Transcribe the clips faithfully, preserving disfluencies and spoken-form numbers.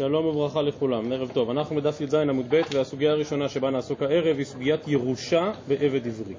שלום וברכה לכולם, ערב טוב. אנחנו בדף י"ז עמוד ב', והסוגיה הראשונה שבה נעסוק הערב היא סוגיית ירושה בעבד עברי.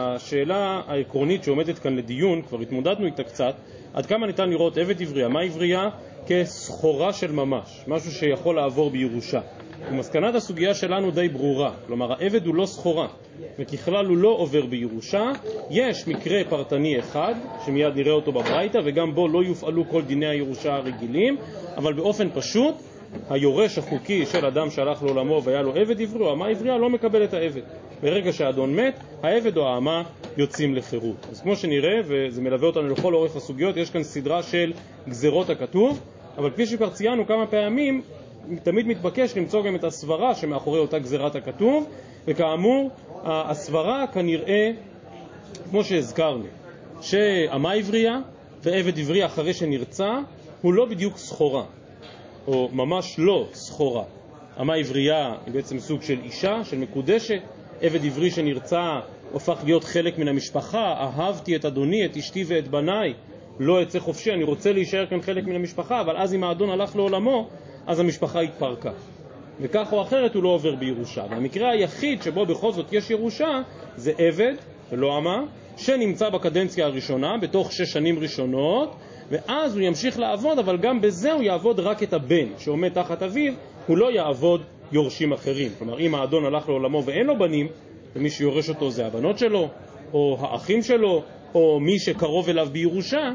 השאלה העקרונית שעומדת כאן לדיון, כבר התמודדנו איתה קצת, עד כמה ניתן לראות עבד עברייה, מה עברייה? כסחורה של ממש, משהו שיכול לעבור בירושה. ומסקנת הסוגיה שלנו די ברורה, כלומר העבד הוא לא סחורה, וככלל הוא לא עובר בירושה. יש מקרה פרטני אחד, שמיד נראה אותו בברייתא, וגם בו לא יופעלו כל דיני הירושה הרגילים, אבל באופן פשוט, היורש החוקי של אדם שהלך לעולמו והיה לו עבד עברי או אמה עברייה לא מקבל את העבד. ברגע שהאדון מת, העבד או האמה יוצאים לחירות. אז כמו שנראה, וזה מלווה אותנו לכל אורך הסוגיות, יש כאן סדרה של גזרות הכתוב, אבל כפי שכבר ציינו כמה פעמים, תמיד מתבקש למצוא גם את הסברה שמאחורי אותה גזרת הכתוב, וכאמור, הסברה כנראה, כמו שהזכרנו, שאמה עברייה ועבד עברי אחרי שנרצה, הוא לא בדיוק סחורה, או ממש לא סחורה. אמה עברייה היא בעצם סוג של אישה, של מקודשת. עבד עברי שנרצה הופך להיות חלק מן המשפחה. אהבתי את אדוני, את אשתי ואת בניי, לא אצא חופשי, אני רוצה להישאר כאן חלק מן המשפחה, אבל אז אם האדון הלך לעולמו, אז המשפחה התפרקה. וכך או אחרת הוא לא עובר בירושה. והמקרה היחיד שבו בכל זאת יש ירושה, זה עבד, ולא אמה, שנמצא בקדנציה הראשונה, בתוך שש שנים ראשונות, ואז הוא ימשיך לעבוד, אבל גם בזה הוא יעבוד רק את הבן שעומד תחת אביו, הוא לא יעבוד יורשים אחרים. כלומר, אם האדון הלך לעולמו ואין לו בנים, ומי שיורש אותו זה הבנות שלו, או האחים שלו, או מי שקרוב אליו בירושה,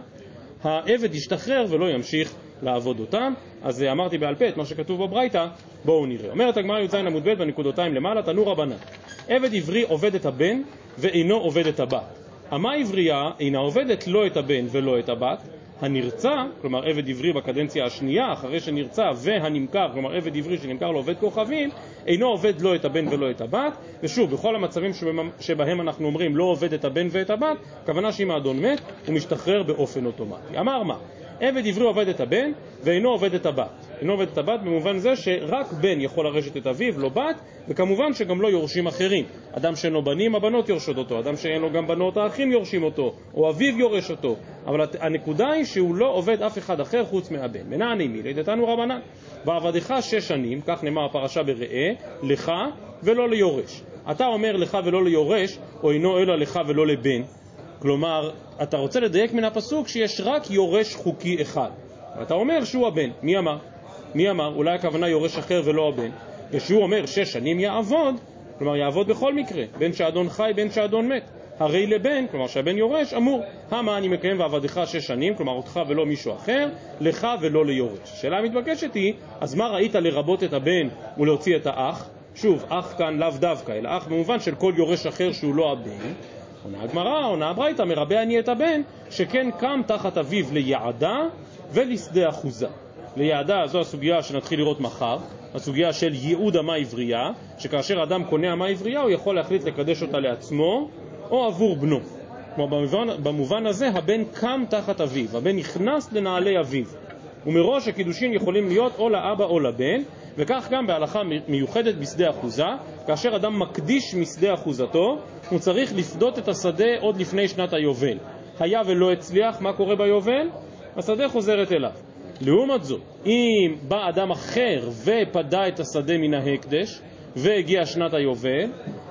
העבד ישתחרר ולא ימשיך לעבוד אותם. אז אמרתי בעל פה את מה שכתוב בברייתא, בואו נראה. אומרת הגמרא י"ז עמוד ב' בנקודותיים למעלה, תנו רבנן, עבד עברי עובד את הבן ואינו עובד את הבת. אמה עברייה אינה עובדת לא את הבן ולא את הבת. הנרצה, כלומר עבד עברי בקדנציה השנייה, אחרי שנרצה, והנמכר, כלומר עבד עברי שנמכר לעובד כוכבים, אינו עובד לא את הבן ולא את הבת. ושוב, בכל המצבים שבהם אנחנו אומרים לא עובד את הבן ואת הבת, כוונה שאם האדון מת, הוא משתחרר באופן אוטומטי. אמר מה? עבד עברי עובד את הבן ואינו עובד את הבת. אינו עובד את הבת במובן זה שרק בן יכול לרשת את אביו, לא בת, וכמובן שגם לא יורשים אחרים. אדם שאין לו בנים, הבנות יורשות אותו. אדם שאין לו גם בנות, האחים יורשים אותו, או אביו יורש אותו. אבל הנקודה היא שהוא לא עובד אף אחד אחר חוץ מהבן. מנעני מי? לידתנו רבנן. בעבדך שש שנים, כך נאמר הפרשה בראה, לך ולא ליורש. אתה אומר לך ולא ליורש, או אינו אלא לך ולא לבן. כלומר, אתה רוצה לדייק מן הפסוק שיש רק יורש חוקי אחד. אתה אומר שהוא הבן. מי אמר? מי אמר? אולי הכוונה יורש אחר ולא הבן. ושהוא אומר שש שנים יעבוד, כלומר יעבוד בכל מקרה, בין שהאדון חי בין שהאדון מת. הרי לבן, כלומר שהבן יורש, אמור, המה אני מקיים ועבדך שש שנים, כלומר אותך ולא מישהו אחר, לך ולא ליורש. השאלה המתבקשת היא, אז מה ראית לרבות את הבן ולהוציא את האח? שוב, אח כאן לאו דווקא, אלא אח במובן של כל יורש אחר שהוא לא הבן. עונה הגמרא, עונה הברייתא, מרבה אני את הבן, שכן קם תחת אביו ליעדה ולשדה אחוזה. ליעדה זו הסוגיה שנתחיל לראות מחר, הסוגיה של ייעוד אמה עברייה, שכאשר אדם קונה אמה עברייה הוא יכול להחליט לקדש אותה לעצמו או עבור בנו. כלומר, במובן, במובן הזה הבן קם תחת אביו, הבן נכנס לנעלי אביו, ומראש הקידושין יכולים להיות או לאבא או לבן, וכך גם בהלכה מיוחדת בשדה אחוזה. כאשר אדם מקדיש משדה אחוזתו, הוא צריך לפדות את השדה עוד לפני שנת היובל. היה ולא הצליח, מה קורה ביובל? השדה חוזרת אליו. לעומת זאת, אם בא אדם אחר ופדה את השדה מן ההקדש והגיע שנת היובל,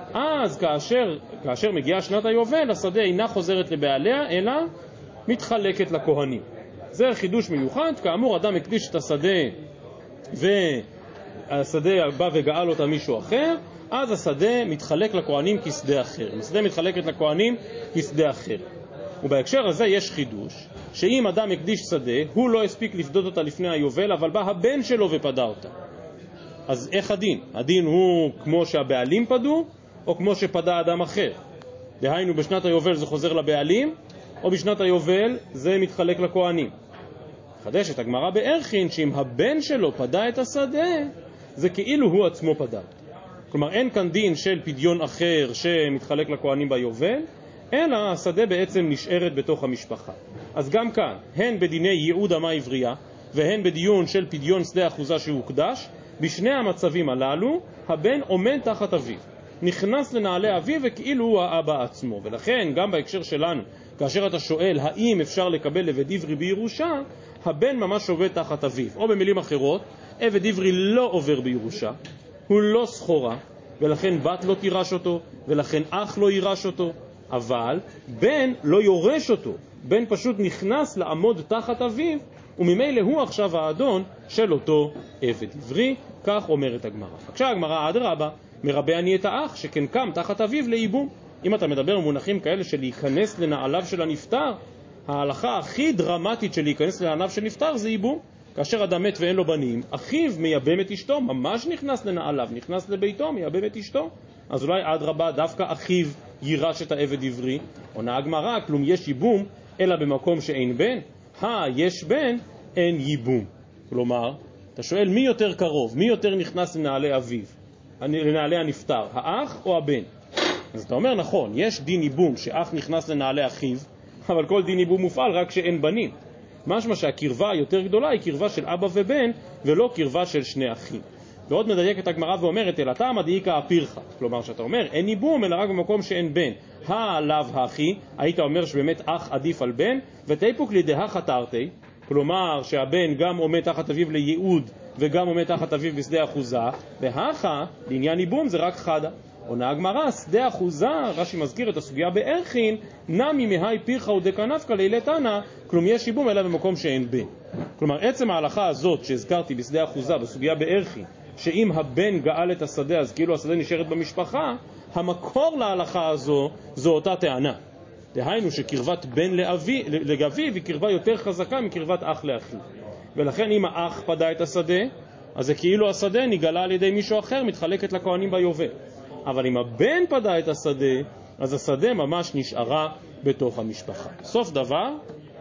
אז כאשר, כאשר מגיעה שנת היובל, השדה אינה חוזרת לבעליה, אלא מתחלקת לכהנים. זה חידוש מיוחד. כאמור, אדם הקדיש את השדה והשדה בא וגאל אותה מישהו אחר, אז השדה מתחלק לכהנים כשדה אחר. השדה מתחלקת לכהנים כשדה אחר. ובהקשר הזה יש חידוש, שאם אדם הקדיש שדה, הוא לא הספיק לפדות אותה לפני היובל, אבל בא הבן שלו ופדה אותה. אז איך הדין? הדין הוא כמו שהבעלים פדו, או כמו שפדה אדם אחר? דהיינו, בשנת היובל זה חוזר לבעלים, או בשנת היובל זה מתחלק לכהנים. חדשת הגמרא בערכין, שאם הבן שלו פדה את השדה, זה כאילו הוא עצמו פדה. כלומר, אין כאן דין של פדיון אחר שמתחלק לכהנים ביובל, אלא השדה בעצם נשארת בתוך המשפחה. אז גם כאן, הן בדיני ייעוד אמה עברייה, והן בדיון של פדיון שדה אחוזה שהוקדש, בשני המצבים הללו, הבן עומד תחת אביו, נכנס לנעלי אביו וכאילו הוא האבא עצמו. ולכן, גם בהקשר שלנו, כאשר אתה שואל האם אפשר לקבל עבד עברי בירושה, הבן ממש עובד תחת אביו. או במילים אחרות, עבד עברי לא עובר בירושה, הוא לא סחורה, ולכן בת לא תירש אותו, ולכן אח לא יירש אותו, אבל בן לא יורש אותו, בן פשוט נכנס לעמוד תחת אביו, וממילא הוא עכשיו האדון של אותו עבד עברי, כך אומרת הגמרא. עכשיו הגמרא אדרבה, מרבה אני את האח שכן קם תחת אביו לייבום. אם אתה מדבר במונחים כאלה של להיכנס לנעליו של הנפטר, ההלכה הכי דרמטית של להיכנס לנעליו של נפטר זה ייבום. כאשר אדם מת ואין לו בנים, אחיו מייבם את אשתו, ממש נכנס לנעליו, נכנס לביתו, מייבם את אשתו. אז אולי אדרבה דווקא אחיו יירש את העבד עברי. עונה הגמרא, כלום יש ייבום אלא במקום שאין בן, הא יש בן אין ייבום. כלומר, אתה שואל מי יותר קרוב, מי יותר נכנס לנעלי אביו, לנעלי הנפטר, האח או הבן? אז אתה אומר נכון, יש דין ייבום שאח נכנס לנעלי אחיו, אבל כל דין ייבום מופעל רק שאין בנים. משמע שהקרבה היותר גדולה היא קרבה של אבא ובן, ולא קרבה של שני אחים. ועוד מדייקת הגמרא ואומרת, אלא תמה דאיכא אפירחא. כלומר, שאתה אומר, אין ייבום אלא רק במקום שאין בן. הלאו הכי, היית אומר שבאמת אח עדיף על בן, ותיפוק לידהא חתרתי, כלומר שהבן גם עומד תחת אביו לייעוד, וגם עומד תחת אביו בשדה אחוזה, והכה, לעניין ייבום זה רק חדה. עונה הגמרא, שדה אחוזה, רש"י מזכיר את הסוגיה בערכין, נמי מהי פירחא ודקנפקא לילי תנא, כלום יש ייבום אלא במקום שאין בן. כלומר, עצם ההלכה הזאת שהזכרתי בשדה אחוזה, בסוגיה בערכין, שאם הבן גאל את השדה אז כאילו השדה נשארת במשפחה, המקור להלכה הזו זו אותה טענה. דהיינו שקרבת בן לאבי, לגביו היא קרבה יותר חזקה מקרבת אח לאחיו. ולכן אם האח פדה את השדה, אז זה כאילו השדה נגלה על ידי מישהו אחר, מתחלקת לכהנים ביובל. אבל אם הבן פדה את השדה, אז השדה ממש נשארה בתוך המשפחה. סוף דבר,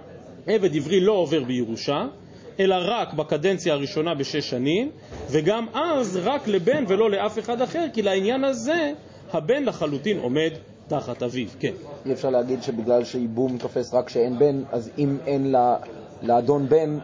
עבד עברי לא עובר בירושה, אלא רק בקדנציה הראשונה בשש שנים, וגם אז רק לבן ולא לאף אחד אחר, כי לעניין הזה הבן לחלוטין עומד תחת אביו. כן. אי אפשר להגיד שבגלל שייבום תופס רק שאין בן, אז אם אין לה, לאדון בן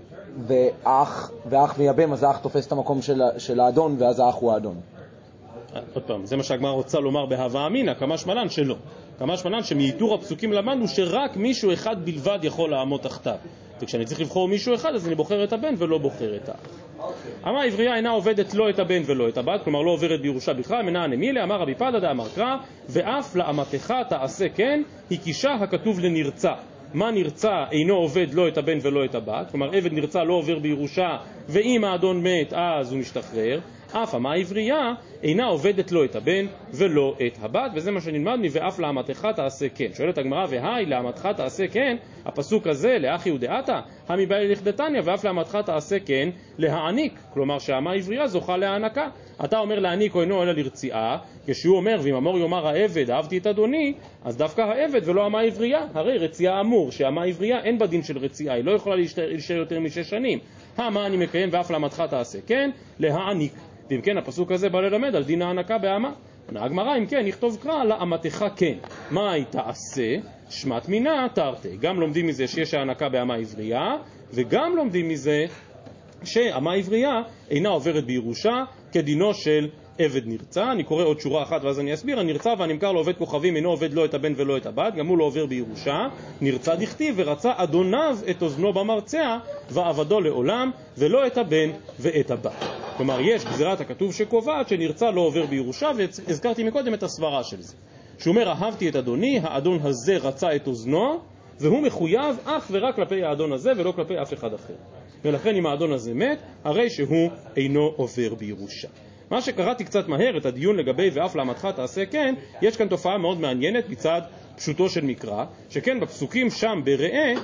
ואח, ואח מייבם, אז האח תופס את המקום של, של האדון, ואז האח הוא האדון. עוד פעם, זה מה שהגמרא רוצה לומר בהווה אמינא, כמה שמלן שלא. כמה שמלן שמייתור הפסוקים למדנו שרק מישהו אחד בלבד יכול לעמוד תחתיו. וכשאני צריך לבחור מישהו אחד, אז אני בוחר את הבן ולא בוחר את האח. אמר עברייה אינה עובדת לא את הבן ולא את הבת, כלומר לא עוברת בירושה בכלל, מנע נמילה, אמר רבי פדא דאמר קרא, ואף לאמתך תעשה כן, הקישה הכתוב לנרצה. מה נרצה אינו עובד לא את הבן ולא את הבת, כלומר עבד נרצה לא עובר בירושה, ואם האדון מת אז הוא משתחרר. אף אמר עברייה אינה עובדת לא את הבן ולא את הבת, וזה מה שנלמד מ"ואף לאמתך תעשה כן". שואלת הגמרא, והי לאמתך תעשה כן, הפסוק הזה לאחי ודעתה, המבעי לכדתניא, ואף לאמתך תעשה כן להעניק, כלומר שהאמה עברייה זוכה להענקה. אתה אומר להעניק או אינו אלא לרציעה, כשהוא אומר ואם אמור יאמר העבד אהבתי את אדוני, אז דווקא העבד ולא האמה עברייה. הרי רציעה אמור, שהאמה עברייה אין בדין של רציעה, היא לא יכולה להישאר יותר משש שנים. המה אני מקיים ואף לאמתך תעשה כן להעניק. ואם כן הפסוק הזה בא ללמד על דין הענקה באמה. הגמרא אם כן נכתוב קרא לאמתך כן, מה היא תעשה? שמת מינה תרתי. גם לומדים מזה שיש הענקה באמה עברייה, וגם לומדים מזה שאמה עברייה אינה עוברת בירושה כדינו של עבד נרצה. אני קורא עוד שורה אחת ואז אני אסביר. הנרצה והנמכר לעובד כוכבים אינו עובד לא את הבן ולא את הבת, גם הוא לא עובר בירושה. נרצה דכתיב ורצה אדוניו את אוזנו במרצע ועבדו לעולם, ולא את הבן ואת הבת. כלומר יש גזירת הכתוב שקובעת שנרצה לא עובר בירושה, והזכרתי מקודם את הסברה של זה, שהוא אומר אהבתי את אדוני, האדון הזה רצה את אוזנו, והוא מחויב אך ורק כלפי האדון הזה ולא כלפי אף אחד אחר. ולכן אם האדון הזה מת, הרי שהוא אינו עובר בירושה. מה שקראתי קצת מהר את הדיון לגבי ואף לאמתך תעשה כן, יש כאן תופעה מאוד מעניינת מצד פשוטו של מקרא, שכן בפסוקים שם בראה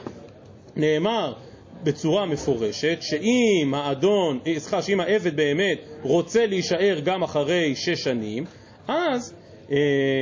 נאמר בצורה מפורשת שאם האדון, סליחה, שאם העבד באמת רוצה להישאר גם אחרי שש שנים, אז אה,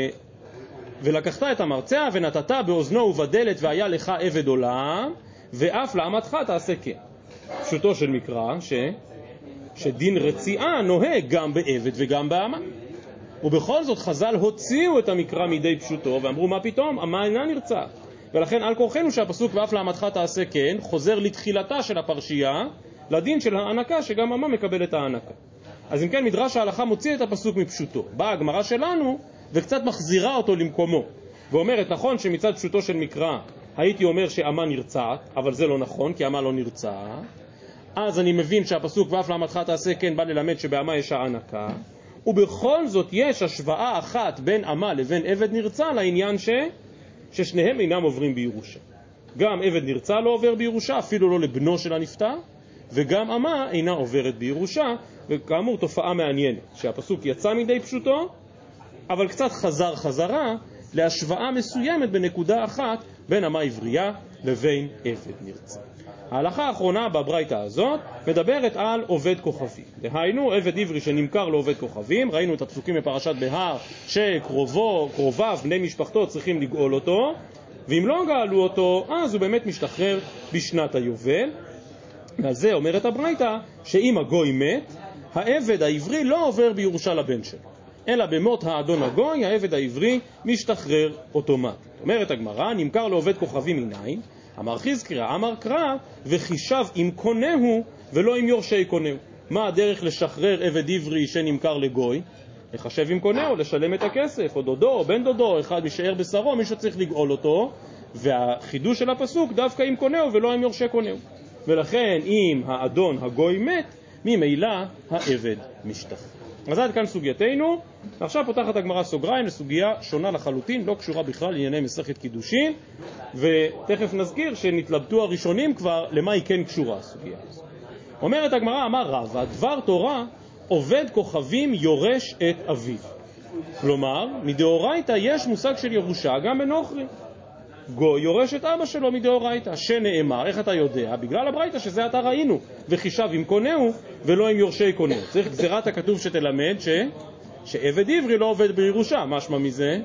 ולקחת את המרצע ונתת באוזנו ובדלת והיה לך עבד עולם, ואף לאמתך תעשה כן. פשוטו של מקרא ש... שדין רציעה נוהג גם בעבד וגם באמה. ובכל זאת חז"ל הוציאו את המקרא מידי פשוטו ואמרו מה פתאום, אמה אינה נרצעת. ולכן על כורחנו שהפסוק ואף לאמתך תעשה כן חוזר לתחילתה של הפרשייה, לדין של הענקה שגם אמה מקבלת הענקה. אז אם כן מדרש ההלכה מוציא את הפסוק מפשוטו, באה הגמרא שלנו וקצת מחזירה אותו למקומו ואומרת נכון שמצד פשוטו של מקרא הייתי אומר שאמה נרצעת, אבל זה לא נכון, כי אמה לא נרצעה. אז אני מבין שהפסוק ואף לעמתך תעשה כן בא ללמד שבאמה יש הענקה, ובכל זאת יש השוואה אחת בין אמה לבין עבד נרצע לעניין ש... ששניהם אינם עוברים בירושה. גם עבד נרצע לא עובר בירושה, אפילו לא לבנו של הנפטר, וגם אמה אינה עוברת בירושה, וכאמור תופעה מעניינת, שהפסוק יצא מדי פשוטו, אבל קצת חזר חזרה להשוואה מסוימת בנקודה אחת בין אמה עברייה לבין עבד נרצע. ההלכה האחרונה בברייתא הזאת מדברת על עובד כוכבים. דהיינו, עבד עברי שנמכר לעובד כוכבים, ראינו את הפסוקים בפרשת בהר שקרובו, קרוביו, בני משפחתו צריכים לגאול אותו, ואם לא גאלו אותו, אז הוא באמת משתחרר בשנת היובל. ועל זה אומרת הברייתא שאם הגוי מת, העבד העברי לא עובר בירושה לבן שלו, אלא במות האדון הגוי, העבד העברי משתחרר אוטומטית. אומרת הגמרא, נמכר לעובד כוכבים מניין, אמר חזקיה, אמר קרא, וחישב עם קונהו ולא עם יורשי קונהו. מה הדרך לשחרר עבד עברי שנמכר לגוי? לחשב עם קונהו, לשלם את הכסף, או דודו, או בן דודו, אחד משאר בשרו, מישהו צריך לגאול אותו, והחידוש של הפסוק דווקא עם קונהו ולא עם יורשי קונהו. ולכן אם האדון הגוי מת, ממילא העבד משתחרר. אז עד כאן סוגייתנו. עכשיו פותחת הגמרא סוגריים לסוגיה שונה לחלוטין, לא קשורה בכלל לענייני מסכת קידושין, ותכף נזכיר שנתלבטו הראשונים כבר למה היא כן קשורה הסוגיה הזאת. אומרת הגמרא, אמר רבא, דבר תורה עובד כוכבים יורש את אביו. כלומר, מדאורייתא יש מושג של ירושה גם בנוכרי. גוי יורש את אבא שלו מדאורייתא, שנאמר, איך אתה יודע? בגלל הברייתא שזה אתה ראינו, וחישב עם קונהו ולא עם יורשי קונהו. צריך גזירת הכתוב שתלמד ש... שעבד עברי לא עובד בירושה. משמע מזה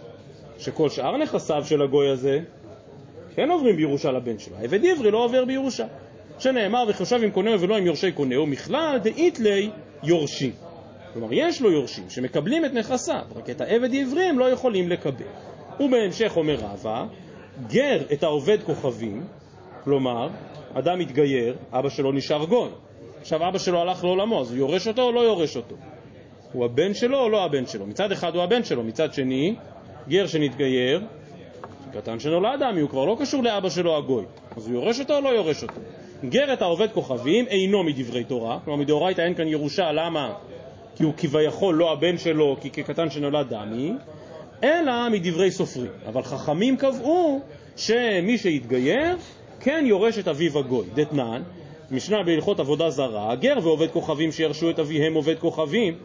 שכל שאר נכסיו של הגוי הזה כן עוברים בירושה לבן שלו. העבד עברי לא עובר בירושה, שנאמר וחישב עם קונהו ולא עם יורשי קונהו, מכלל דאית לי יורשים. כלומר יש לו יורשים שמקבלים את נכסיו, רק את העבד עברי הם לא יכולים לקבל. ובהמשך אומר רבא, גר את העובד כוכבים, כלומר אדם מתגייר, אבא שלו נשאר גוי, עכשיו אבא שלו הלך לעולמו, אז הוא יורש אותו או לא יורש אותו? הוא הבן שלו או לא הבן שלו? מצד אחד הוא הבן שלו, מצד שני גר שנתגייר, קטן שנולד עמי, הוא כבר לא קשור לאבא שלו הגוי, אז הוא יורש אותו או לא יורש אותו? גר את העובד כוכבים אינו מדברי תורה, כלומר מדאורייתא אין כאן ירושה. למה? כי הוא כביכול לא הבן שלו, כי כקטן שנולד עמי, אלא מדברי סופרים. אבל חכמים קבעו שמי שיתגייר כן יורש את אביו הגוי. דתנן, משנה בהלכות עבודה זרה, גר ועובד כוכבים שירשו את אביהם עובד כוכבים,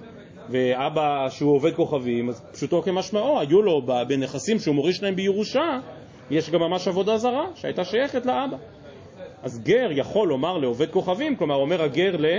ואבא שהוא עובד כוכבים, אז פשוטו כמשמעו, היו לו בנכסים שהוא מוריש להם בירושה, יש גם ממש עבודה זרה שהייתה שייכת לאבא. אז גר יכול לומר לעובד כוכבים, כלומר אומר הגר ל...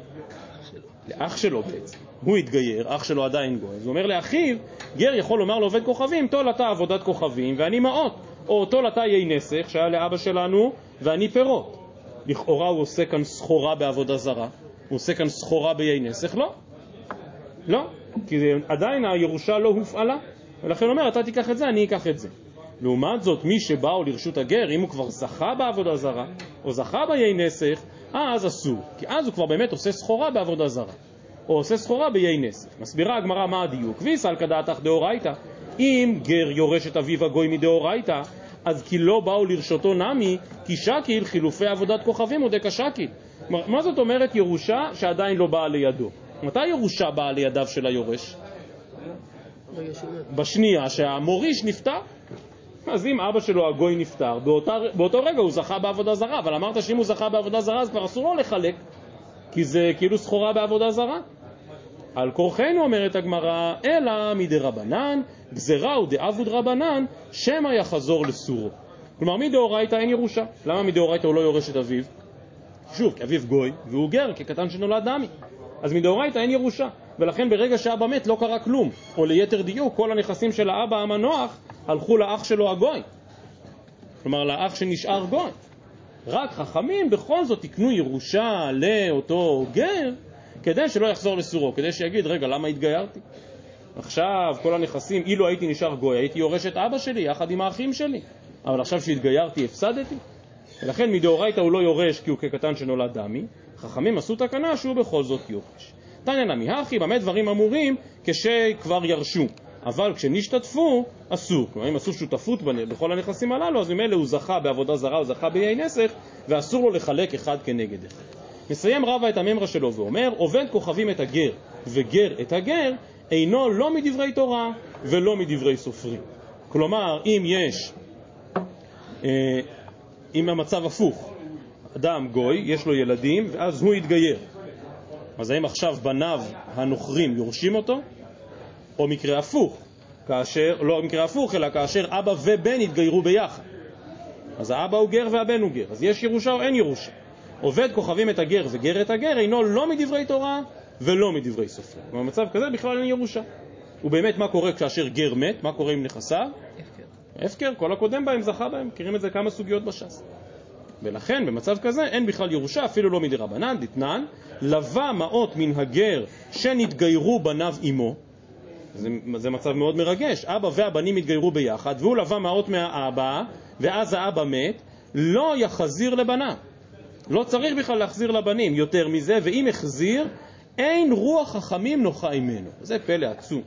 לאח שלו בעצם. הוא התגייר, אח שלו עדיין גוי. אז הוא אומר לאחיו, גר יכול לומר לעובד כוכבים, תול אתה עבודת כוכבים ואני מעות, או תול אתה יהי נסך שהיה לאבא שלנו ואני פירות. לכאורה הוא עושה כאן סחורה בעבודה זרה, הוא עושה כאן סחורה ביהי נסך? לא. לא, כי עדיין הירושה לא הופעלה, ולכן הוא אומר, אתה תיקח את זה, אני אקח את זה. לעומת זאת, מי שבאו לרשות הגר, אם הוא כבר זכה בעבודה זרה, או זכה ביהי נסך, אז אסור, כי אז הוא כבר באמת עושה סחורה בעבודה זרה, או עושה סחורה ביהי נסך. מסבירה הגמרא מה הדיוק, ויסל כדעתך דאורייתא, אם גר יורש את אביו הגוי מדאורייתא, אז כי לא באו לרשותו נמי, כי שקיל חילופי עבודת כוכבים או דקה שקיל. מה זאת אומרת ירושה שעדיין לא באה לידו? מתי ירושה באה לידיו של היורש? בשנייה שהמוריש נפטר. אז אם אבא שלו הגוי נפטר, באותה, באותו רגע הוא זכה בעבודה זרה, אבל אמרת שאם הוא זכה בעבודה זרה אז כבר אסור לו לחלק, כי זה כאילו סחורה בעבודה זרה. על כורחנו אומרת הגמרא, אלא מדרבנן, גזרה ודאבוד רבנן, שמא יחזור לסורו. כלומר מדאורייתא אין ירושה. למה מדאורייתא הוא לא יורש את אביו? שוב, כי אביו גוי והוא גר כקטן שנולד עמי. אז מדאורייתא אין ירושה, ולכן ברגע שאבא מת לא קרה כלום, או ליתר דיוק כל הנכסים של האבא המנוח הלכו לאח שלו הגוי, כלומר לאח שנשאר גוי. רק חכמים בכל זאת תקנו ירושה לאותו גר כדי שלא יחזור לסורו, כדי שיגיד רגע למה התגיירתי עכשיו כל הנכסים, אילו הייתי נשאר גוי הייתי יורש את אבא שלי יחד עם האחים שלי, אבל עכשיו שהתגיירתי הפסדתי. ולכן מדאורייתא הוא לא יורש כי הוא כקטן שנולד דמי. חכמים עשו תקנה שהוא בכל זאת יורש. תניא נמי הכי, במה דברים אמורים כשכבר ירשו, אבל כשנשתתפו, אסור. כלומר, אם עשו שותפות בכל הנכסים הללו, אז ממילא הוא זכה בעבודה זרה, הוא זכה באיי נסך, ואסור לו לחלק אחד כנגד אחד. מסיים רבא את הממרה שלו ואומר, עובד כוכבים את הגר וגר את הגר, אינו לא מדברי תורה ולא מדברי סופרים. כלומר, אם יש, אה, אם המצב הפוך, אדם גוי, יש לו ילדים, ואז הוא יתגייר. אז האם עכשיו בניו הנוכרים יורשים אותו? או מקרה הפוך, כאשר, לא מקרה הפוך, אלא כאשר אבא ובן יתגיירו ביחד. אז האבא הוא גר והבן הוא גר. אז יש ירושה או אין ירושה? עובד כוכבים את הגר וגר את הגר, אינו לא מדברי תורה ולא מדברי סופרים. במצב כזה בכלל אין ירושה. ובאמת מה קורה כאשר גר מת? מה קורה עם נכסיו? הפקר. הפקר, כל הקודם בהם זכה בהם. מכירים את זה כמה סוגיות בש"ס. ולכן במצב כזה אין בכלל ירושה, אפילו לא מדרבנן, דתנן, לווה מעות מן הגר שנתגיירו בניו עמו. זה, זה מצב מאוד מרגש. אבא והבנים התגיירו ביחד, והוא לווה מעות מהאבא, ואז האבא מת, לא יחזיר לבניו. לא צריך בכלל להחזיר לבנים יותר מזה, ואם החזיר, אין רוח חכמים נוחה ממנו. זה פלא עצום.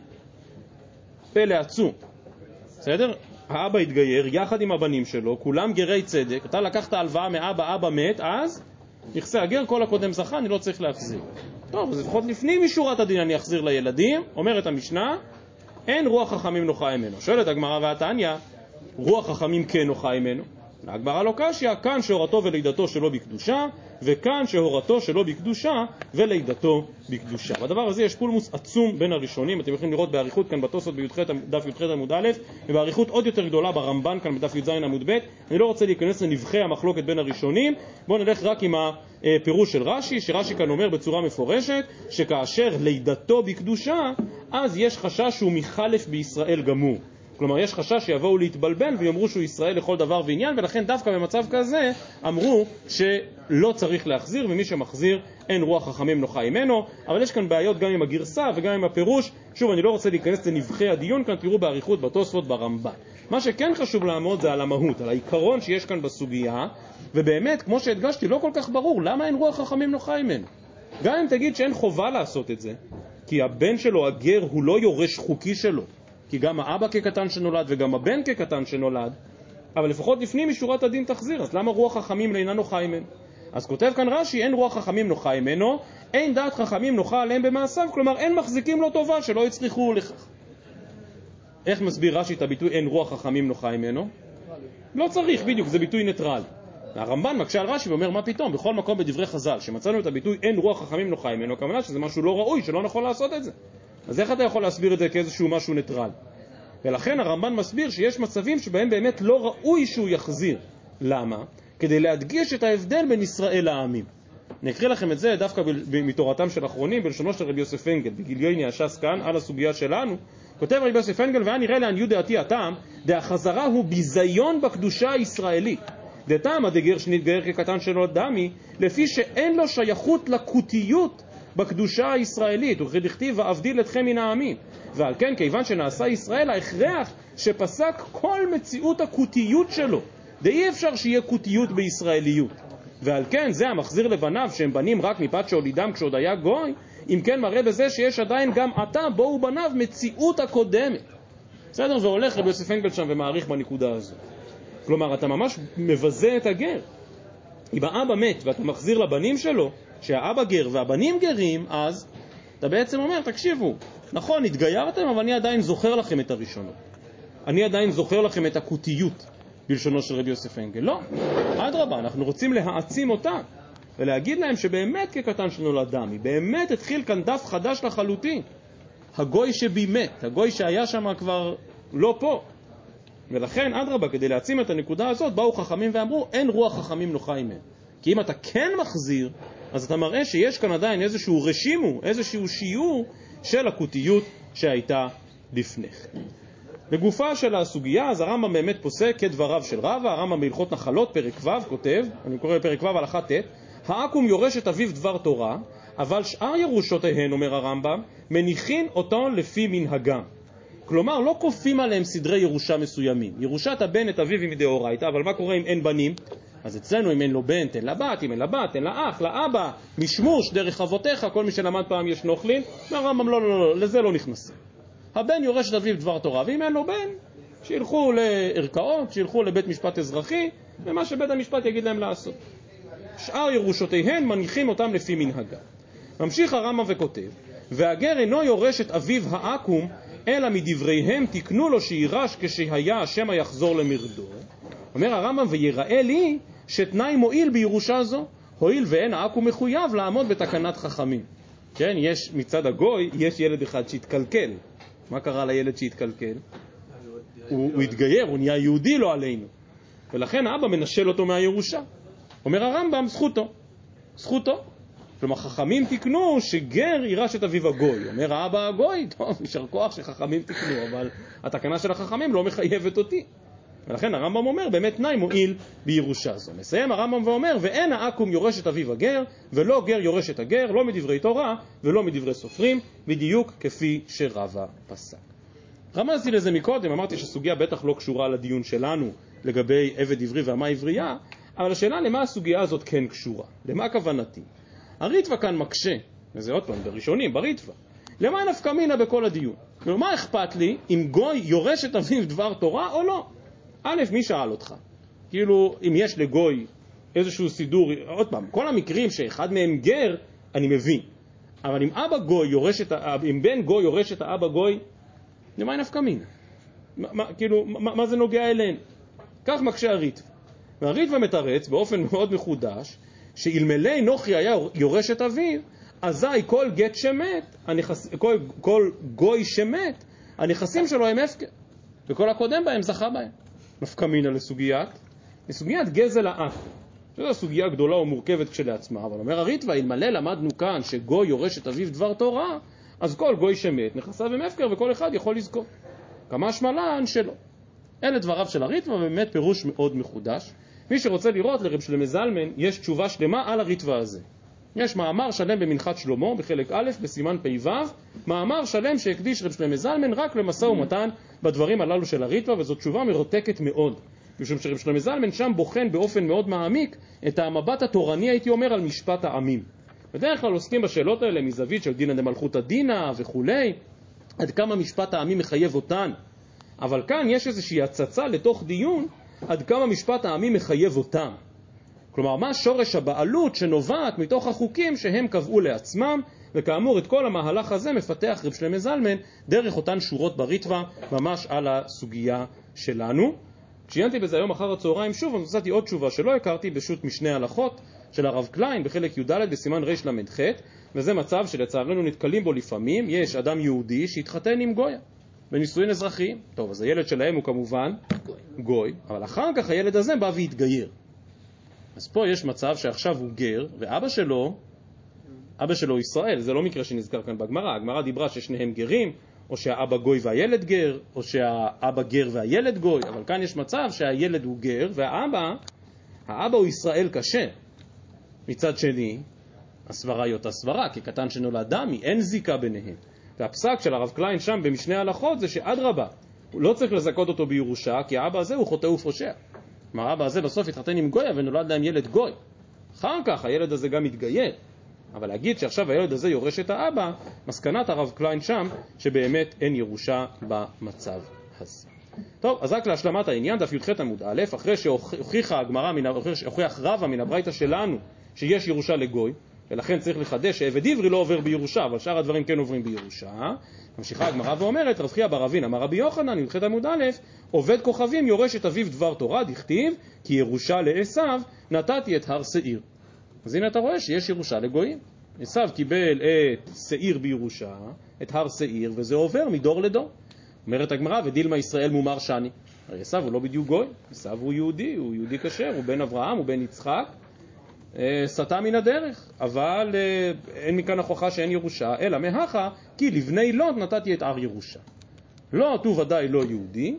פלא עצום. בסדר? האבא התגייר יחד עם הבנים שלו, כולם גרי צדק, אתה לקחת הלוואה מאבא, אבא מת, אז נכסי הגר, כל הקודם זכה, אני לא צריך להחזיר. טוב, אז לפחות לפנים משורת הדין אני אחזיר לילדים, אומרת המשנה, אין רוח חכמים נוחה ממנו. שואלת הגמרא והתניא, רוח חכמים כן נוחה ממנו. הגמרא לא קשיא, כאן שהורתו ולידתו שלא בקדושה, וכאן שהורתו שלא בקדושה ולידתו בקדושה. בדבר הזה יש פולמוס עצום בין הראשונים, אתם יכולים לראות בעריכות כאן בתוספות בדף י"ח עמוד א', ובעריכות עוד יותר גדולה ברמב"ן כאן בדף י"ז עמוד ב'. אני לא רוצה להיכנס לנבחי המחלוקת בין הראשונים, בואו נלך רק עם הפירוש של רש"י, שרש"י כאן אומר בצורה מפורשת, שכאשר לידתו בקדושה, אז יש חשש שהוא מחלף בישראל גמור. כלומר, יש חשש שיבואו להתבלבל ויאמרו שהוא ישראל לכל דבר ועניין, ולכן דווקא במצב כזה אמרו שלא צריך להחזיר, ומי שמחזיר אין רוח חכמים נוחה ממנו. אבל יש כאן בעיות גם עם הגרסה וגם עם הפירוש. שוב, אני לא רוצה להיכנס לנבחי הדיון, כאן תראו בעריכות בתוספות ברמב"ן. מה שכן חשוב לעמוד זה על המהות, על העיקרון שיש כאן בסוגיה, ובאמת, כמו שהדגשתי, לא כל כך ברור למה אין רוח חכמים נוחה ממנו. גם אם תגיד שאין חובה לעשות את זה, כי הבן שלו, הגר, הוא לא יורש חוקי שלו, כי גם האבא כקטן שנולד וגם הבן כקטן שנולד, אבל לפחות לפנים משורת הדין תחזיר, אז למה רוח חכמים אינה נוחה ממנו? אז כותב כאן רש"י, אין רוח חכמים נוחה ממנו, אין דעת חכמים נוחה עליהם במעשיו, כלומר אין מחזיקים לו טובה שלא יצריכו לכך. איך מסביר רש"י את הביטוי אין רוח חכמים נוחה ממנו? לא צריך, בדיוק, זה ביטוי ניטרלי. הרמב"ן מקשה על רש"י ואומר, מה פתאום? בכל מקום בדברי חז"ל שמצאנו את הביטוי אין רוח חכמים נוחה ממנו, כמובן שזה משהו לא ראוי, שלא נכון לעשות את זה. אז איך אתה יכול להסביר את זה כאיזשהו משהו ניטרלי? ולכן הרמב"ן מסביר שיש מצבים שבהם באמת לא ראוי שהוא יחזיר. למה? כדי להדגיש את ההבדל בין ישראל לעמים. נקריא לכם את זה דווקא מתורתם של אחרונים, בלשונו של רבי יוסף אנגל, בגיליוני הש"ס כאן, על הסוגיה שלנו. כותב רבי יוסף אנגל, והיה נראה לעניות דעתי הטעם, דהחזרה הוא ביזיון בקדושה הישראלית. דתם הדגר שנתגר כקטן שלו דמי, לפי שאין לו שייכות לקותיות בקדושה הישראלית, וכי דכתיב ואבדיל אתכם מן העמים. ועל כן, כיוון שנעשה ישראל, ההכרח שפסק כל מציאות הקותיות שלו, די אפשר שיהיה קותיות בישראליות. ועל כן, זה המחזיר לבניו שהם בנים רק מפת שהולידם כשעוד היה גוי, אם כן מראה בזה שיש עדיין גם עתה בו בניו מציאות הקודמת. בסדר? והולך רבי יוסף אנגל שם ומעריך בנקודה הזו. כלומר, אתה ממש מבזה את הגר. אם האבא מת ואתה מחזיר לבנים שלו, שהאבא גר והבנים גרים, אז אתה בעצם אומר, תקשיבו, נכון, התגיירתם, אבל אני עדיין זוכר לכם את הראשונות. אני עדיין זוכר לכם את הקותיות, בלשונו של רבי יוסף אנגל. לא, אדרבה, אנחנו רוצים להעצים אותם, ולהגיד להם שבאמת כקטן שנולד דמי, באמת התחיל כאן דף חדש לחלוטין. הגוי שבי מת, הגוי שהיה שם כבר לא פה. ולכן, אדרבה, כדי להעצים את הנקודה הזאת, באו חכמים ואמרו, אין רוח חכמים נוחה ממנו. כי אם אתה כן מחזיר, אז אתה מראה שיש כאן עדיין איזשהו רשימו, איזשהו שיעור של הקותיות שהייתה לפניך. לגופה של הסוגיה, אז הרמב"ם באמת פוסק כדבריו של רבא, הרמב"ם בהלכות נחלות, פרק ו' כותב, אני קורא פרק ו' הלכה ט', העכו"ם יורש את אביו דבר תורה, אבל שאר ירושותיהן, אומר הרמב"ם, מניחין אותן לפי מנהגם. כלומר, לא כופים עליהם סדרי ירושה מסוימים. ירושת הבן את אביו היא מדאורייתא, אבל מה קורה אם אין בנים? אז אצלנו אם אין לו בן, תן לבת, אם אין לבת, תן לאח, לאבא, משמוש, דרך אבותיך, כל מי שלמד פעם יש נוכלין, והרמב"ם לא, לא, לא, לזה לא נכנסים. הבן יורש את אביו דבר תורה, ואם אין לו בן, שילכו לערכאות, שילכו לבית משפט אזרחי, ומה שבית המשפט יגיד להם לעשות. שאר ירושותיהן מניחים אותם לפי מנהגה. ממשיך הרמב"ם וכותב, והגר אינו יורש את אביו העקום, אלא מדבריהם תקנו לו שירש כשהיה השם יחזור למרדו. אומר הרמב"ם, ויראה לי שתנאי מועיל בירושה זו, הועיל ואין העקום מחויב לעמוד בתקנת חכמים. כן, יש מצד הגוי, יש ילד אחד שהתקלקל. מה קרה לילד שהתקלקל? הוא, הוא התגייר, הוא נהיה יהודי לא עלינו. ולכן האבא מנשל אותו מהירושה. אומר הרמב"ם, זכותו. זכותו. כלומר, חכמים תקנו שגר יירש את אביו הגוי. אומר האבא הגוי, טוב, יישר כוח שחכמים תקנו, אבל התקנה של החכמים לא מחייבת אותי. ולכן הרמב"ם אומר, באמת תנאי מועיל בירושה זו. מסיים הרמב"ם ואומר, ואין העקום יורש את אביו הגר, ולא גר יורש את הגר, לא מדברי תורה ולא מדברי סופרים, בדיוק כפי שרבא פסק. רמזתי לזה מקודם, אמרתי שסוגיה בטח לא קשורה לדיון שלנו לגבי עבד עברי ואמה עברייה, אבל השאלה למה הסוגיה הזאת כן קשורה, למה כוונתי? הריטווה כאן מקשה, וזה עוד פעם בראשונים, בריטווה, למה נפקא מינה בכל הדיון? כלומר, מה אכפת לי אם גוי יורש את אביו דבר תורה או לא? א', מי שאל אותך? כאילו, אם יש לגוי איזשהו סידור, עוד פעם, כל המקרים שאחד מהם גר, אני מבין. אבל אם אבא גוי יורש את, אם בן גוי יורש את האבא גוי, למה נפקא מינה? מה, כאילו, מה, מה זה נוגע אלינו? כך מקשה הריטווה. והריטווה מתרץ באופן מאוד מחודש, שאלמלא נוחי היה יורש את אביו, אזי כל גט שמת, הנכס, כל, כל גוי שמת, הנכסים שלו הם הפקר. וכל הקודם בהם זכה בהם. נפקא מינה לסוגיית, לסוגיית גזל העקום. זו סוגיה גדולה ומורכבת כשלעצמה, אבל אומר הריטווה, אלמלא למדנו כאן שגוי יורש את אביו דבר תורה, אז כל גוי שמת נכסיו הם הפקר וכל אחד יכול לזכות. כמה שמלן שלו. אלה דבריו של הריטווה, ובאמת פירוש מאוד מחודש. מי שרוצה לראות לרב שלמה זלמן, יש תשובה שלמה על הריטווה הזה. יש מאמר שלם במנחת שלמה, בחלק א', בסימן פ"ו, מאמר שלם שהקדיש רב שלמה זלמן רק למשא ומתן בדברים הללו של הריטווה, וזו תשובה מרתקת מאוד. משום שרב שלמה זלמן שם בוחן באופן מאוד מעמיק את המבט התורני, הייתי אומר, על משפט העמים. בדרך כלל עוסקים בשאלות האלה מזווית של דינא דמלכותא דינא וכולי, עד כמה משפט העמים מחייב אותן. אבל כאן יש איזושהי הצצה לתוך דיון עד כמה משפט העמים מחייב אותם. כלומר, מה שורש הבעלות שנובעת מתוך החוקים שהם קבעו לעצמם, וכאמור את כל המהלך הזה מפתח רב שלמה זלמן דרך אותן שורות בריטווה, ממש על הסוגיה שלנו. כשיינתי בזה היום אחר הצהריים שוב, אני מצאתי עוד תשובה שלא הכרתי בשו"ת משנה הלכות של הרב קליין בחלק י"ד בסימן ר' למ"ח, וזה מצב שלצערנו נתקלים בו לפעמים. יש אדם יהודי שהתחתן עם גויה בנישואין אזרחיים. טוב, אז הילד שלהם הוא כמובן גוי, אבל אחר כך הילד הזה בא והתגייר. אז פה יש מצב שעכשיו הוא גר, ואבא שלו, אבא שלו ישראל, זה לא מקרה שנזכר כאן בגמרא. הגמרא דיברה ששניהם גרים, או שהאבא גוי והילד גר, או שהאבא גר והילד גוי, אבל כאן יש מצב שהילד הוא גר, והאבא, האבא הוא ישראל קשה. מצד שני, הסברה היא אותה סברה, כי קטן שנולד דמי, אין זיקה ביניהם. והפסק של הרב קליין שם במשנה הלכות זה שעד רבה, הוא לא צריך לזכות אותו בירושה, כי האבא הזה הוא חוטא ופושע. כלומר, האבא הזה בסוף התחתן עם גויה ונולד להם ילד גוי. אחר כך הילד הזה גם מתגייר. אבל להגיד שעכשיו הילד הזה יורש את האבא, מסקנת הרב קליין שם שבאמת אין ירושה במצב הזה. טוב, אז רק להשלמת העניין, דף י"ח עמוד א', אחרי שהוכיחה הגמרא, אחרי שהוכיח רבא מן הברייתא שלנו שיש ירושה לגוי, ולכן צריך לחדש שעבד עברי לא עובר בירושה, אבל שאר הדברים כן עוברים בירושה. ממשיכה הגמרא ואומרת, רב חייא בר אבין אמר רבי יוחנן, י"ח עמוד א', עובד כוכבים יורש את אביו דבר תורה, דכתיב, כי ירושה לעשיו נתתי את הר שעיר. אז הנה אתה רואה שיש ירושה לגויים. עשיו קיבל את שעיר בירושה, את הר שעיר, וזה עובר מדור לדור. אומרת הגמרא, ודילמה ישראל מומר שני. הרי עשיו הוא לא בדיוק גוי, עשיו הוא יהודי, הוא יהודי כשר, הוא בן אברהם, הוא בן יצחק, סטה מן הדרך, אבל אין מכאן הוכחה שאין ירושה, אלא מהכה, כי לבני לוט נתתי את הר ירושה. לוט הוא ודאי לא יהודי,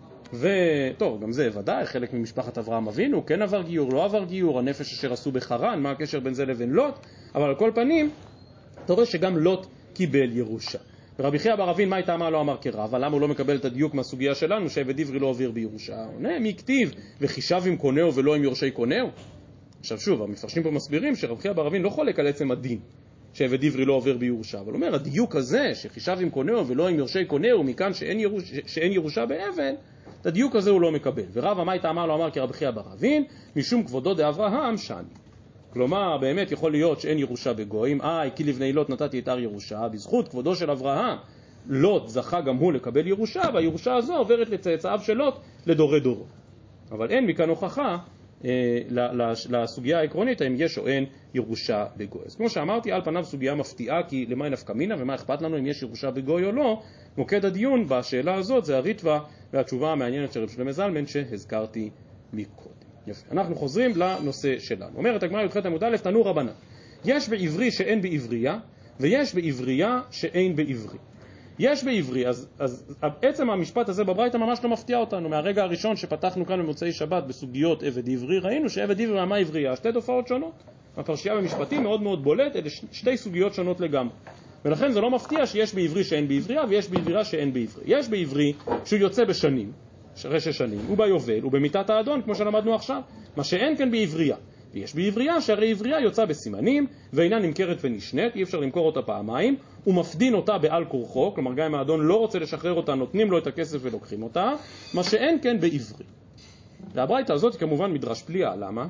וטוב, גם זה ודאי, חלק ממשפחת אברהם אבינו, כן עבר גיור, לא עבר גיור, הנפש אשר עשו בחרן, מה הקשר בין זה לבין לוט, אבל על כל פנים, אתה רואה שגם לוט קיבל ירושה. ורבי חייא בר אבין, מה הייתה מה לא אמר כרב, למה הוא לא מקבל את הדיוק מהסוגיה שלנו, שעבד עברי לא עובר בירושה? עונה, מי כתיב, וחישב עם קונהו ולא עם יורשי קונהו? עכשיו שוב, המפרשים פה מסבירים שרב חייא בר אבין לא חולק על עצם הדין, שעבד עברי לא עובר בירושה. אבל אומר, הדיוק הזה שחישב עם קונהו ולא עם יורשי קונהו, מכאן שאין, ירוש, שאין ירושה בעבד, את הדיוק הזה הוא לא מקבל. ורב המייטה אמר לו, אמר כי רבי חייא בר אבין, משום כבודו דאברהם שני. כלומר, באמת יכול להיות שאין ירושה בגויים, אה, כי לבני לוט נתתי את הר ירושה, בזכות כבודו של אברהם, לוט זכה גם הוא לקבל ירושה, והירושה הזו עוברת לצאצאיו של לוט לדורי דורו. אבל אין מכאן הוכחה אה, לסוגיה העקרונית, האם יש או אין ירושה בגוי. אז כמו שאמרתי, על פניו סוגיה מפתיעה, כי למה נפקא מינה ומה אכפת לנו אם יש ירושה בגוי או לא, מוקד הדיון בשאלה הזאת זה הריטב"א והתשובה המעניינת של רב שלמה זלמן שהזכרתי מקודם. יפה. אנחנו חוזרים לנושא שלנו. אומרת הגמרא י"ח עמוד א', תנו רבנן, יש בעברי שאין בעברייה, ויש בעברייה שאין בעברי. יש בעברי, אז, אז עצם המשפט הזה בברייתא ממש לא מפתיע אותנו. מהרגע הראשון שפתחנו כאן במוצאי שבת בסוגיות עבד עברי, ראינו שעבד עברי ומה עברייה, שתי תופעות שונות. הפרשייה במשפטים מאוד מאוד בולט, אלה שתי סוגיות שונות לגמרי. ולכן זה לא מפתיע שיש בעברי שאין בעברייה, ויש בעברייה שאין בעברי. יש בעברי שהוא יוצא בשנים, רשש שנים, הוא ביובל, הוא במיתת האדון, כמו שלמדנו עכשיו, מה שאין כן בעברייה. ויש בעברייה שהרי עברייה יוצא בסימנים, ואינה נמכרת ונשנית, אי אפשר למכור אותה פעמיים, הוא מפדין אותה בעל כורחו, כלומר גם אם האדון לא רוצה לשחרר אותה, נותנים לו את הכסף ולוקחים אותה, מה שאין כן בעברי. והברייתא הזאת היא כמובן מדרש פליאה, למה?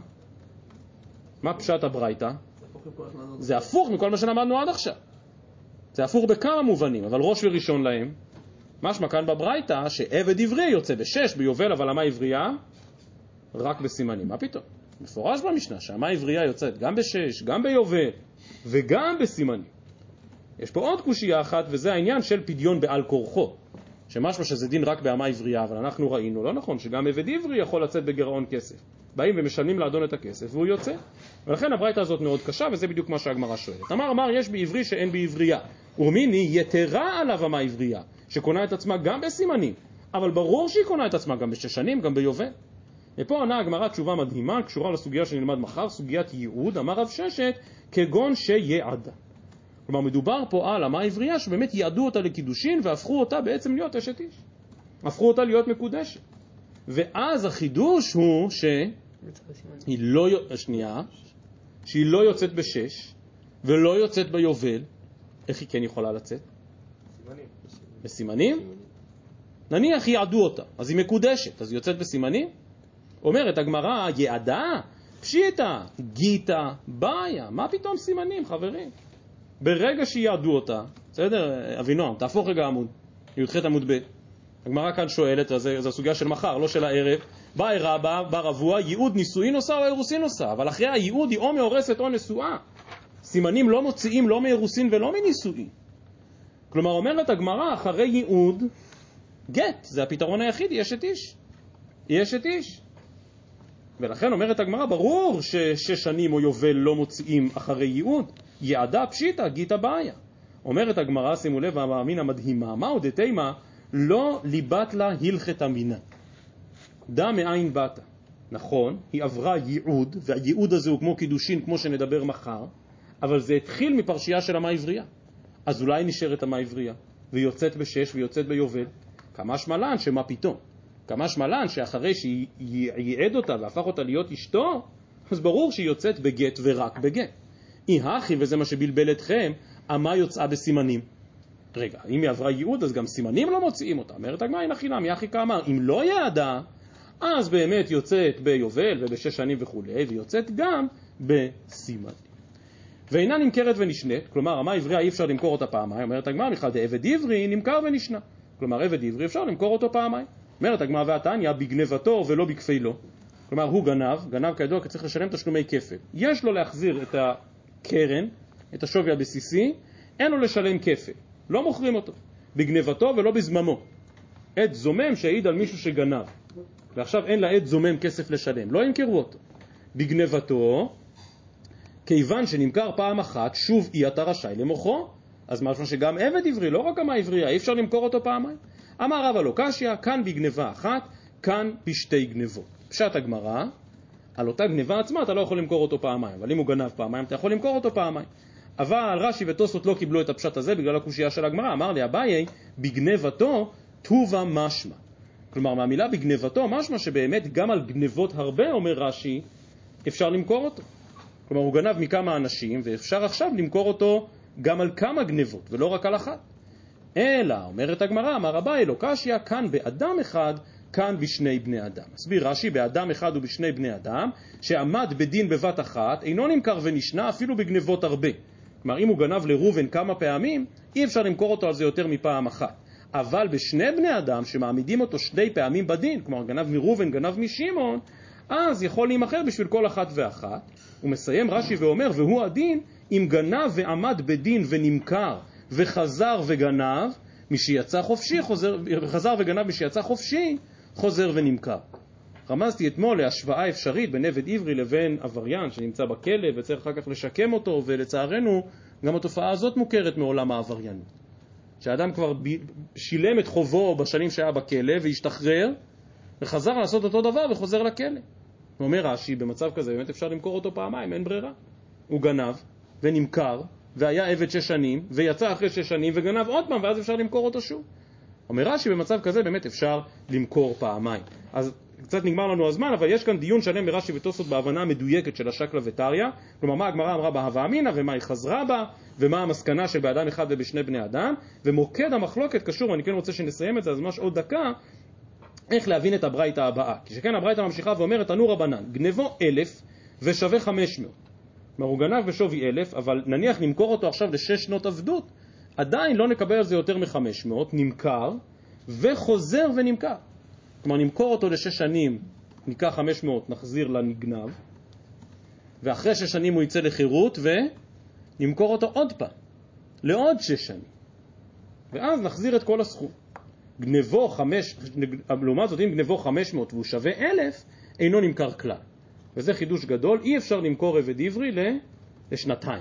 מה פשט הברייתא? זה הפוך מכל מה שלמדנו עד עכשיו. זה הפוך בכמה מובנים, אבל ראש וראשון להם, משמע כאן בברייתא שעבד עברי יוצא בשש ביובל, אבל למה עברייה? רק בסימנים. מה פתאום? מפורש במשנה שהמה עברייה יוצאת גם בשש, גם ביובל וגם בסימנים. יש פה עוד קושייה אחת, וזה העניין של פדיון בעל כורחו, שמשמע שזה דין רק בהמה עברייה, אבל אנחנו ראינו, לא נכון, שגם עבד עברי יכול לצאת בגירעון כסף. באים ומשלמים לאדון את הכסף והוא יוצא. ולכן הברייתא הזאת מאוד קשה, וזה בדיוק מה שהגמרא שואלת. אמר אמר יש בעברי שאין בעברייה, ומיני יתרה עליו המה עברייה, שקונה את עצמה גם בסימנים, אבל ברור שהיא קונה את עצמה גם בששנים, גם ביובל. ופה ענה הגמרא תשובה מדהימה, קשורה לסוגיה שנלמד מחר, סוגיית ייעוד. אמר רב ששת, כגון שיעדה. כלומר, מדובר פה על המה עברייה שבאמת יעדו אותה לקידושין, והפכו אותה בעצם להיות אשת איש. הפכו אותה להיות מקודשת. ואז החידוש הוא שהיא לא, שנייה, שהיא לא יוצאת בשש, ולא יוצאת ביובל. איך היא כן יכולה לצאת? בסימנים. בסימנים? נניח יעדו אותה, אז היא מקודשת, אז היא יוצאת בסימנים? אומרת הגמרא, יעדה, פשיטה, גיטה, בעיה. מה פתאום סימנים, חברים? ברגע שיעדו אותה, בסדר, אבינועם, תהפוך רגע עמוד, י"ח עמוד ב'. הגמרא כאן שואלת, זו הסוגיה של מחר, לא של הערב, באי רבא, בא רבוע, ייעוד נישואין עושה או אירוסין עושה, אבל אחרי הייעוד היא או מאורסת או נשואה. סימנים לא מוציאים לא מאירוסין ולא מנישואין. כלומר, אומרת הגמרא, אחרי ייעוד, גט, זה הפתרון היחיד, היא אשת איש. היא אשת איש. ולכן אומרת הגמרא, ברור ששש שנים או יובל לא מוציאים אחרי ייעוד, יעדה פשיטה, גיטה בעיה. אומרת הגמרא, שימו לב, המאמין המדהימה, מה עוד תימה, לא ליבת לה הלכת המינה. דע מאין באת. נכון, היא עברה ייעוד, והייעוד הזה הוא כמו קידושין, כמו שנדבר מחר, אבל זה התחיל מפרשייה של המה עברייה. אז אולי נשארת המה עברייה, ויוצאת בשש ויוצאת ביובל. כמה שמלן, שמה פתאום? כמה שמלן שאחרי שייעד אותה והפך אותה להיות אשתו, אז ברור שהיא יוצאת בגט ורק בגט. אי הכי, וזה מה שבלבל אתכם, המה יוצאה בסימנים. רגע, אם היא עברה ייעוד, אז גם סימנים לא מוציאים אותה. אומרת הגמרא, הנה חינם, יחי כאמר, אם לא יעדה, אז באמת יוצאת ביובל ובשש שנים וכו', ויוצאת גם בסימנים. ואינה נמכרת ונשנית, כלומר, המה עברייה אי אפשר למכור אותה פעמיים. אומרת הגמרא, בכלל דעבד עברי נמכר ונשנה. כלומר, עבד עברי אפשר למכור אותו פעמיים. אומרת הגמרא והתניא, בגנבתו ולא בכפילו. כלומר, הוא גנב, גנב כידוע כי צריך לשלם תשלומי כפל. יש לו להחזיר את הקרן, את השווי הבסיסי, אין לו לשלם כפל. לא מוכרים אותו. בגנבתו ולא בזממו. עד זומם שהעיד על מישהו שגנב. ועכשיו אין לעד זומם כסף לשלם. לא ימכרו אותו. בגנבתו, כיוון שנמכר פעם אחת, שוב אי אתה רשאי למוכרו. אז משהו שגם עבד עברי, לא רק המה עברייה, אי אפשר למכור אותו פעמיים. אמר רבא לא קשיא, כאן בגנבה אחת, כאן בשתי גנבות. פשט הגמרא, על אותה גנבה עצמה אתה לא יכול למכור אותו פעמיים, אבל אם הוא גנב פעמיים אתה יכול למכור אותו פעמיים. אבל רש"י ותוספות לא קיבלו את הפשט הזה בגלל הקושייה של הגמרא. אמר לי אביי, בגנבתו טובה משמע. כלומר, מהמילה בגנבתו משמע שבאמת גם על גנבות הרבה, אומר רש"י, אפשר למכור אותו. כלומר, הוא גנב מכמה אנשים ואפשר עכשיו למכור אותו גם על כמה גנבות, ולא רק על אחת. אלא, אומרת הגמרא, אמר רבי לא קשיא, כאן באדם אחד, כאן בשני בני אדם. מסביר רש"י, באדם אחד ובשני בני אדם, שעמד בדין בבת אחת, אינו נמכר ונשנה אפילו בגנבות הרבה. כלומר, אם הוא גנב לראובן כמה פעמים, אי אפשר למכור אותו על זה יותר מפעם אחת. אבל בשני בני אדם, שמעמידים אותו שני פעמים בדין, כלומר, גנב מראובן, גנב משמעון, אז יכול להימכר בשביל כל אחת ואחת. הוא מסיים רש"י ואומר, והוא הדין, אם גנב ועמד בדין ונמכר, וחזר וגנב, מי שיצא חופשי, חוזר, חזר וגנב מי שיצא חופשי, חוזר ונמכר. רמזתי אתמול להשוואה אפשרית בין עבד עברי לבין עבריין שנמצא בכלא וצריך אחר כך לשקם אותו, ולצערנו גם התופעה הזאת מוכרת מעולם העבריינות. שהאדם כבר שילם את חובו בשנים שהיה בכלא והשתחרר, וחזר לעשות אותו דבר וחוזר לכלא. הוא אומר רש"י, במצב כזה באמת אפשר למכור אותו פעמיים, אין ברירה. הוא גנב ונמכר, והיה עבד שש שנים, ויצא אחרי שש שנים וגנב עוד פעם, ואז אפשר למכור אותו שוב. אומר רש"י, במצב כזה באמת אפשר למכור פעמיים. אז קצת נגמר לנו הזמן, אבל יש כאן דיון שלם ברש"י ותוספות בהבנה המדויקת של השקלא וטריא. כלומר, מה הגמרא אמרה בהווה אמינא, ומה היא חזרה בה, ומה המסקנה של באדם אחד ובשני בני אדם, ומוקד המחלוקת קשור, ואני כן רוצה שנסיים את זה, אז ממש עוד דקה, איך להבין את הברייתא הבאה. כי שכן הברייתא ממשיכה ואומרת, תנו רבנן, גנבו אלף ושווה חמש מאות. כלומר, הוא גנב בשווי אלף, אבל נניח נמכור אותו עכשיו לשש שנות עבדות, עדיין לא נקבל על זה יותר מ-חמש מאות, נמכר וחוזר ונמכר. כלומר, נמכור אותו לשש שנים, ניקח חמש מאות, נחזיר לנגנב, ואחרי שש שנים הוא יצא לחירות, ונמכור אותו עוד פעם, לעוד שש שנים. ואז נחזיר את כל הסכום. גנבו חמש, לעומת זאת, אם גנבו חמש מאות והוא שווה אלף, אינו נמכר כלל. וזה חידוש גדול, אי אפשר למכור עבד עברי לשנתיים,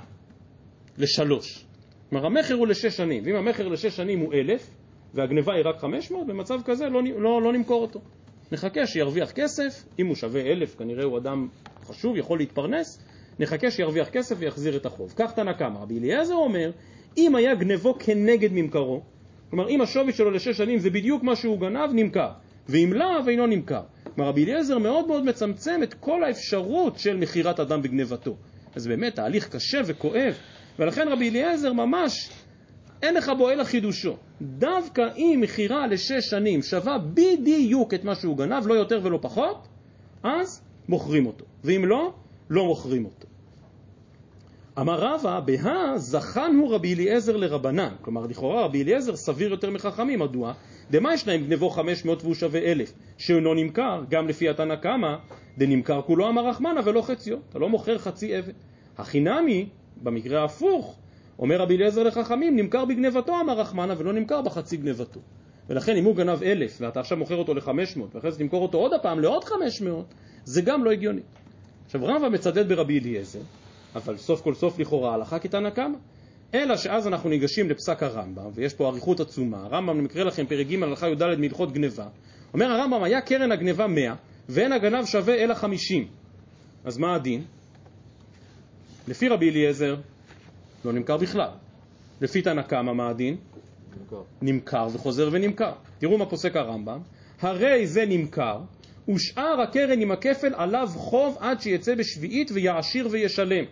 לשלוש. כלומר, המחר הוא לשש שנים, ואם המחר לשש שנים הוא אלף, והגנבה היא רק חמש מאות, במצב כזה לא, לא, לא נמכור אותו. נחכה שירוויח כסף, אם הוא שווה אלף, כנראה הוא אדם חשוב, יכול להתפרנס, נחכה שירוויח כסף ויחזיר את החוב. כך תנא קמא. רבי אליעזר אומר, אם היה גנבו כנגד ממכרו, כלומר, אם השווי שלו לשש שנים זה בדיוק מה שהוא גנב, נמכר. ואם לא, אינו נמכר. כלומר, רבי אליעזר מאוד מאוד מצמצם את כל האפשרות של מחירת אדם בגנבתו. אז באמת, תהליך קשה וכואב, ולכן רבי אליעזר ממש אין לך בו אלא חידושו. דווקא אם מחירה לשש שנים שווה בדיוק את מה שהוא גנב, לא יותר ולא פחות, אז מוכרים אותו. ואם לא, לא מוכרים אותו. אמר רבא, בה זכן הוא רבי אליעזר לרבנן. כלומר, לכאורה רבי אליעזר סביר יותר מחכמים. מדוע? דמה יש להם גנבו חמש מאות והוא שווה אלף, שאינו נמכר, גם לפי התנא קמא, דנמכר כולו אמר רחמנא ולא חציו. אתה לא מוכר חצי עבד. החינמי, במקרה ההפוך, אומר רבי אליעזר לחכמים, נמכר בגנבתו אמר רחמנא ולא נמכר בחצי גנבתו. ולכן אם הוא גנב אלף ואתה עכשיו מוכר אותו ל-חמש מאות ואחרי זה תמכור אותו עוד הפעם לעוד חמש מאות, זה גם לא הגיוני. עכשיו רבא מצדד ברבי אליעזר, אבל סוף כל סוף לכאורה הלכה כתנא קמא. אלא שאז אנחנו ניגשים לפסק הרמב"ם, ויש פה אריכות עצומה. הרמב"ם, אני מקריא לכם פרק ג' הלכה י"ד מהלכות גנבה. אומר הרמב"ם, היה קרן הגנבה מאה, ואין הגנב שווה אלא חמישים. אז מה הדין? לפי רבי אליעזר לא נמכר בכלל. לפי תנא קמא מה הדין? נמכר. נמכר וחוזר ונמכר. תראו מה פוסק הרמב"ם. הרי זה נמכר, ושאר הקרן עם הכפל עליו חוב עד שיצא בשביעית ויעשיר וישלם.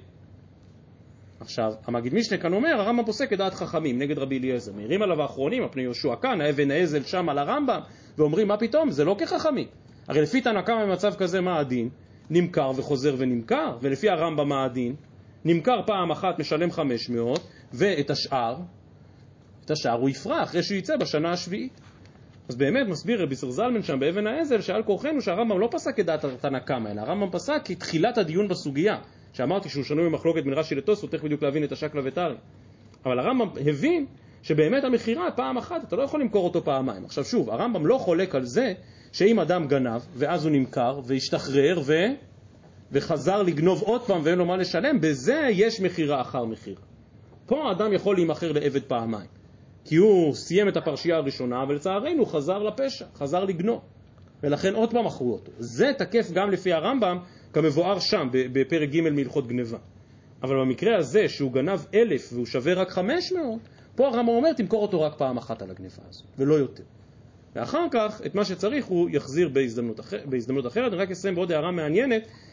עכשיו, המגיד משנה כאן אומר, הרמב"ם פוסק כדעת חכמים נגד רבי אליעזר. מעירים עליו האחרונים, הפני יהושע כאן, האבן האזל שם על הרמב"ם, ואומרים, מה פתאום? זה לא כחכמים. הרי לפי תנא קמא במצב כזה מה הדין? נמכר וחוזר ונמכר. ולפי הרמב"ם מה הדין? נמכר פעם אחת משלם חמש מאות, ואת השאר, את השאר הוא יפרע אחרי שהוא יצא בשנה השביעית. אז באמת מסביר רבי סר זלמן שם באבן האזל שעל כורחנו שהרמב"ם לא פסק כדעת תנא קמא, אלא הרמב"ם פסק כתחילת הדיון בסוגיה, שאמרתי שהוא שנוי במחלוקת בין רש"י לתוספות, תכף בדיוק להבין את השקלא וטריא. אבל הרמב"ם הבין שבאמת המחירה פעם אחת, אתה לא יכול למכור אותו פעמיים. עכשיו שוב, הרמב"ם לא חולק על זה שאם אדם גנב ואז הוא נמכר והשתחרר ו... וחזר לגנוב עוד פעם ואין לו מה לשלם, בזה יש מחירה אחר מחירה. פה האדם יכול להימכר לעבד פעמיים, כי הוא סיים את הפרשייה הראשונה, ולצערנו חזר לפשע, חזר לגנוב, ולכן עוד פעם מכרו אותו. זה תקף גם לפי הרמב"ם, כמבואר שם בפרק ג' מהלכות גנבה. אבל במקרה הזה שהוא גנב אלף והוא שווה רק חמש מאות, פה הרמב"ם אומר תמכור אותו רק פעם אחת על הגנבה הזו, ולא יותר. ואחר כך את מה שצריך הוא יחזיר בהזדמנות, אחר, בהזדמנות אחרת. אני רק אסיים בעוד הערה מעניינת,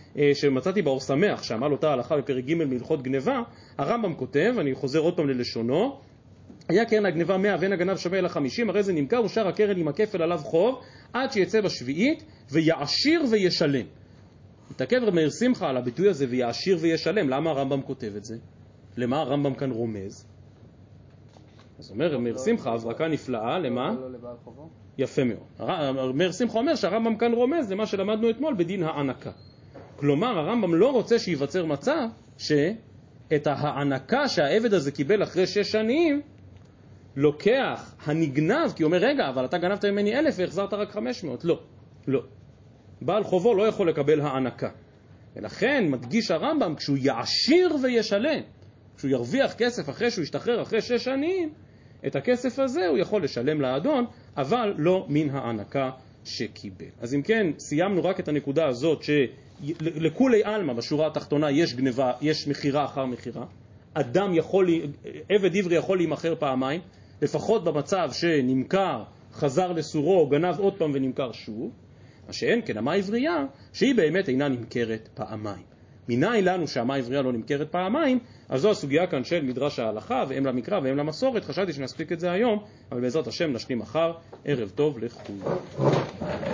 שמצאתי באור שמח, שעמל אותה הלכה בפרק ג' מלכות גניבה, הרמב"ם כותב, אני חוזר עוד פעם ללשונו, היה קרן הגניבה מאה ואין הגנב שווה אלא חמישים, הרי זה נמכר ושאר הקרן עם הכפל עליו חוב, עד שיצא בשביעית ויעשיר וישלם. מתעכב רב מאיר שמחה על הביטוי הזה ויעשיר וישלם. למה הרמב"ם כותב את זה? למה הרמב"ם כאן רומז? אז אומר רב מאיר שמחה, הברקה נפלאה, למה? יפה מאוד. רב מאיר שמחה אומר שהרמב"ם כאן רומז למה שלמדנו אתמול בדין הענקה. כלומר, הרמב"ם לא רוצה שיווצר מצב שאת הענקה שהעבד הזה קיבל אחרי שש שנים, לוקח הנגנב, כי הוא אומר, רגע, אבל אתה גנבת ממני אלף והחזרת רק חמש מאות. לא, לא. בעל חובו לא יכול לקבל הענקה. ולכן מדגיש הרמב"ם, כשהוא יעשיר וישלם, כשהוא ירוויח כסף אחרי שהוא ישתחרר אחרי שש שנים, את הכסף הזה הוא יכול לשלם לאדון, אבל לא מן הענקה שקיבל. אז אם כן, סיימנו רק את הנקודה הזאת, שלכולי אלמה בשורה התחתונה יש גניבה, יש מחירה אחר מחירה. אדם יכול, עבד עברי יכול להימחר פעמיים, לפחות במצב שנמכר, חזר לסורו, גנב עוד פעם ונמכר שוב. מה שאין כן, אמה עברייה, שהיא באמת אינה נמכרת פעמיים. מנין לנו שהאמה עברייה לא נמכרת פעמיים? אז זו הסוגיה כאן של מדרש ההלכה, והם למקרא והם למסורת. חשבתי שנספיק את זה היום, אבל בעזרת השם נשלים מחר. ערב טוב לכולם.